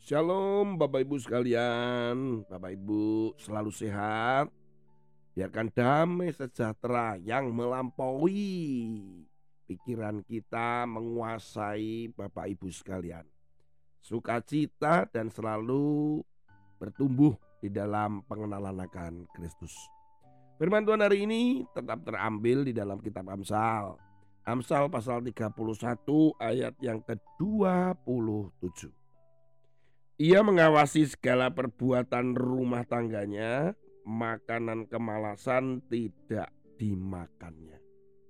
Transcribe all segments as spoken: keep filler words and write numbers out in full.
Shalom Bapak Ibu sekalian, Bapak Ibu selalu sehat, biarkan damai sejahtera yang melampaui pikiran kita menguasai Bapak Ibu sekalian. Sukacita dan selalu bertumbuh di dalam pengenalan akan Kristus. Firman Tuhan hari ini tetap terambil di dalam kitab Amsal. Amsal pasal tiga puluh satu ayat yang ke dua puluh tujuh. Ia mengawasi segala perbuatan rumah tangganya, makanan kemalasan tidak dimakannya.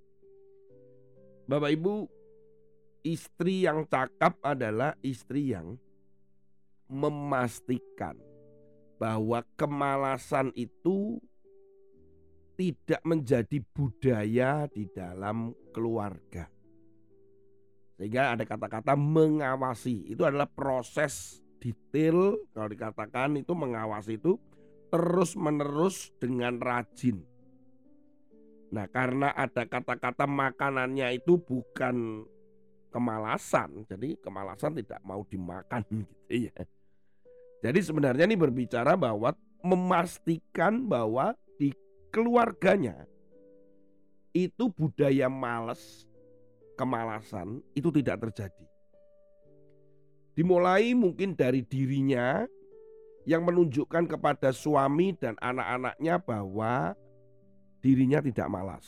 Bapak Ibu, istri yang cakap adalah istri yang memastikan bahwa kemalasan itu tidak menjadi budaya di dalam keluarga. Sehingga ada kata-kata mengawasi, itu adalah proses detail. Kalau dikatakan itu mengawasi itu terus menerus dengan rajin. Nah, karena ada kata-kata makanannya itu bukan kemalasan, jadi kemalasan tidak mau dimakan gitu ya. Jadi sebenarnya ini berbicara bahwa memastikan bahwa di keluarganya itu budaya malas, kemalasan itu tidak terjadi. Dimulai mungkin dari dirinya yang menunjukkan kepada suami dan anak-anaknya bahwa dirinya tidak malas.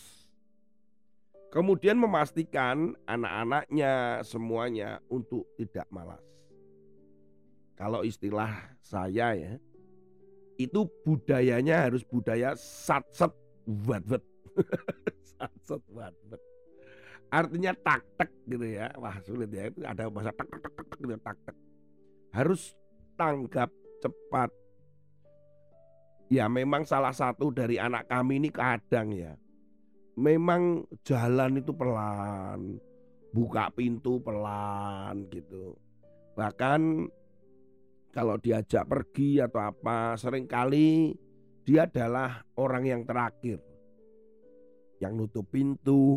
Kemudian memastikan anak-anaknya semuanya untuk tidak malas. Kalau istilah saya ya, itu budayanya harus budaya sat-set wat-wat. Sat-set wat-wat. Artinya tak-tak gitu ya. Wah sulit ya, itu ada bahasa tak-tak-tak gitu, tak-tak. Harus tanggap cepat. Ya memang salah satu dari anak kami ini kadang ya, memang jalan itu pelan, buka pintu pelan gitu. Bahkan kalau diajak pergi atau apa, seringkali dia adalah orang yang terakhir, yang nutup pintu,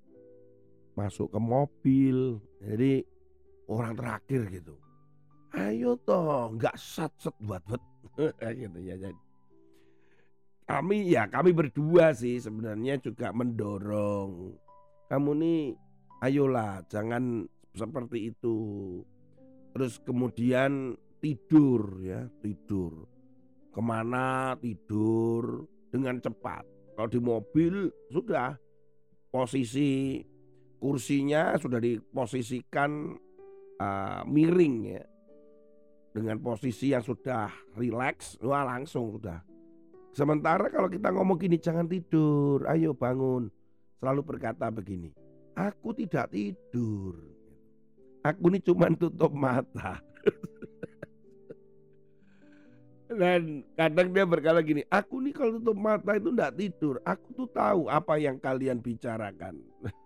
masuk ke mobil, jadi orang terakhir gitu. Ayo toh, nggak sat-set buat-buat gitu ya. Jadi kami ya kami berdua sih sebenarnya juga mendorong kamu nih, ayolah jangan seperti itu. Terus kemudian tidur ya, tidur kemana tidur dengan cepat. Kalau di mobil sudah posisi kursinya sudah diposisikan uh, miring ya, dengan posisi yang sudah rileks, wah langsung sudah. Sementara kalau kita ngomong gini, jangan tidur, ayo bangun, selalu berkata begini, aku tidak tidur, aku ini cuma tutup mata. Dan kadang dia berkata gini, aku nih kalau tutup mata itu enggak tidur, aku tuh tahu apa yang kalian bicarakan.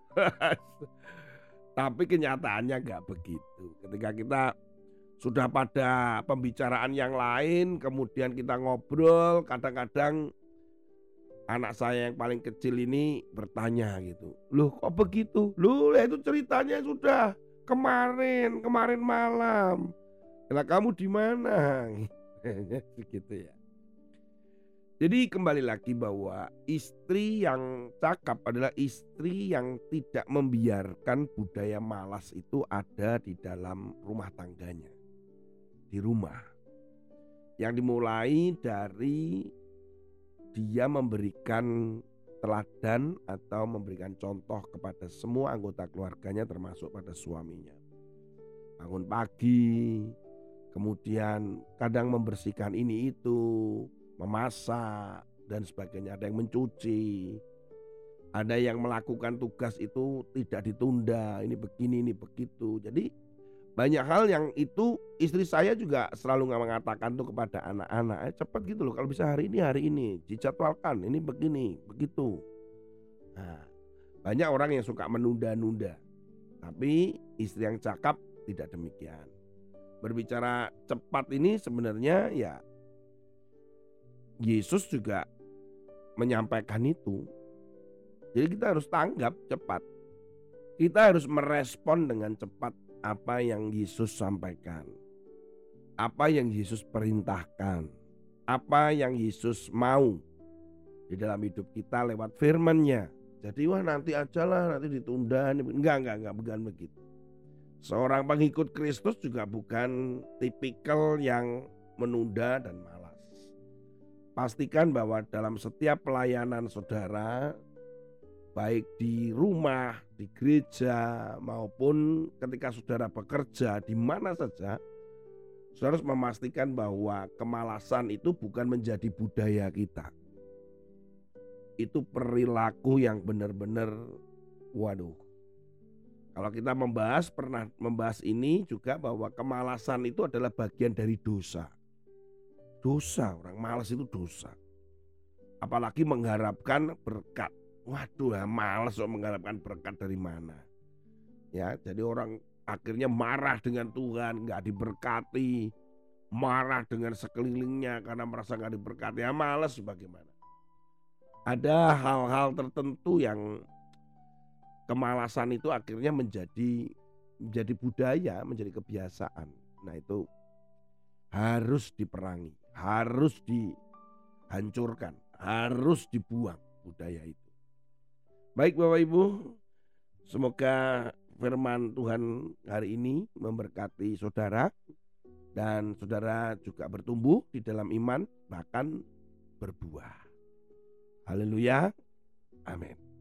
Tapi kenyataannya enggak begitu. Ketika kita sudah pada pembicaraan yang lain, kemudian kita ngobrol, kadang-kadang anak saya yang paling kecil ini bertanya gitu, loh kok begitu? Loh itu ceritanya sudah kemarin, kemarin malam. Lah kamu di mana? Begitu ya. Jadi kembali lagi bahwa istri yang cakap adalah istri yang tidak membiarkan budaya malas itu ada di dalam rumah tangganya. Di rumah. Yang dimulai dari dia memberikan teladan atau memberikan contoh kepada semua anggota keluarganya termasuk pada suaminya. Bangun pagi, kemudian kadang membersihkan ini itu, memasak dan sebagainya, ada yang mencuci, ada yang melakukan tugas itu tidak ditunda, ini begini ini begitu. Jadi banyak hal yang itu istri saya juga selalu mengatakan tuh kepada anak-anak, eh, cepat gitu loh, kalau bisa hari ini hari ini dijadwalkan, ini begini begitu. Nah, banyak orang yang suka menunda-nunda, tapi istri yang cakap tidak demikian. Berbicara cepat ini sebenarnya ya Yesus juga menyampaikan itu. Jadi kita harus tanggap cepat. Kita harus merespon dengan cepat apa yang Yesus sampaikan. apa yang Yesus perintahkan, apa yang Yesus mau di dalam hidup kita lewat firman-Nya. Jadi wah nanti aja lah, nanti ditunda. Enggak, enggak, enggak, bukan begitu. Seorang pengikut Kristus juga bukan tipikal yang menunda dan malas. Pastikan bahwa dalam setiap pelayanan saudara, baik di rumah, di gereja, maupun ketika saudara bekerja, di mana saja, saudara harus memastikan bahwa kemalasan itu bukan menjadi budaya kita. Itu perilaku yang benar-benar, waduh. Kalau kita membahas, pernah membahas ini juga bahwa kemalasan itu adalah bagian dari dosa. Dosa, orang malas itu dosa. Apalagi mengharapkan berkat. Waduh, ya malas kok mengharapkan berkat dari mana. Ya, jadi orang akhirnya marah dengan Tuhan, nggak diberkati, marah dengan sekelilingnya karena merasa nggak diberkati. Ya malas bagaimana? Ada hal-hal tertentu yang kemalasan itu akhirnya menjadi menjadi budaya, menjadi kebiasaan. Nah itu harus diperangi, harus dihancurkan, harus dibuang budaya itu. Baik Bapak Ibu, semoga firman Tuhan hari ini memberkati saudara dan saudara juga bertumbuh di dalam iman bahkan berbuah. Haleluya, amin.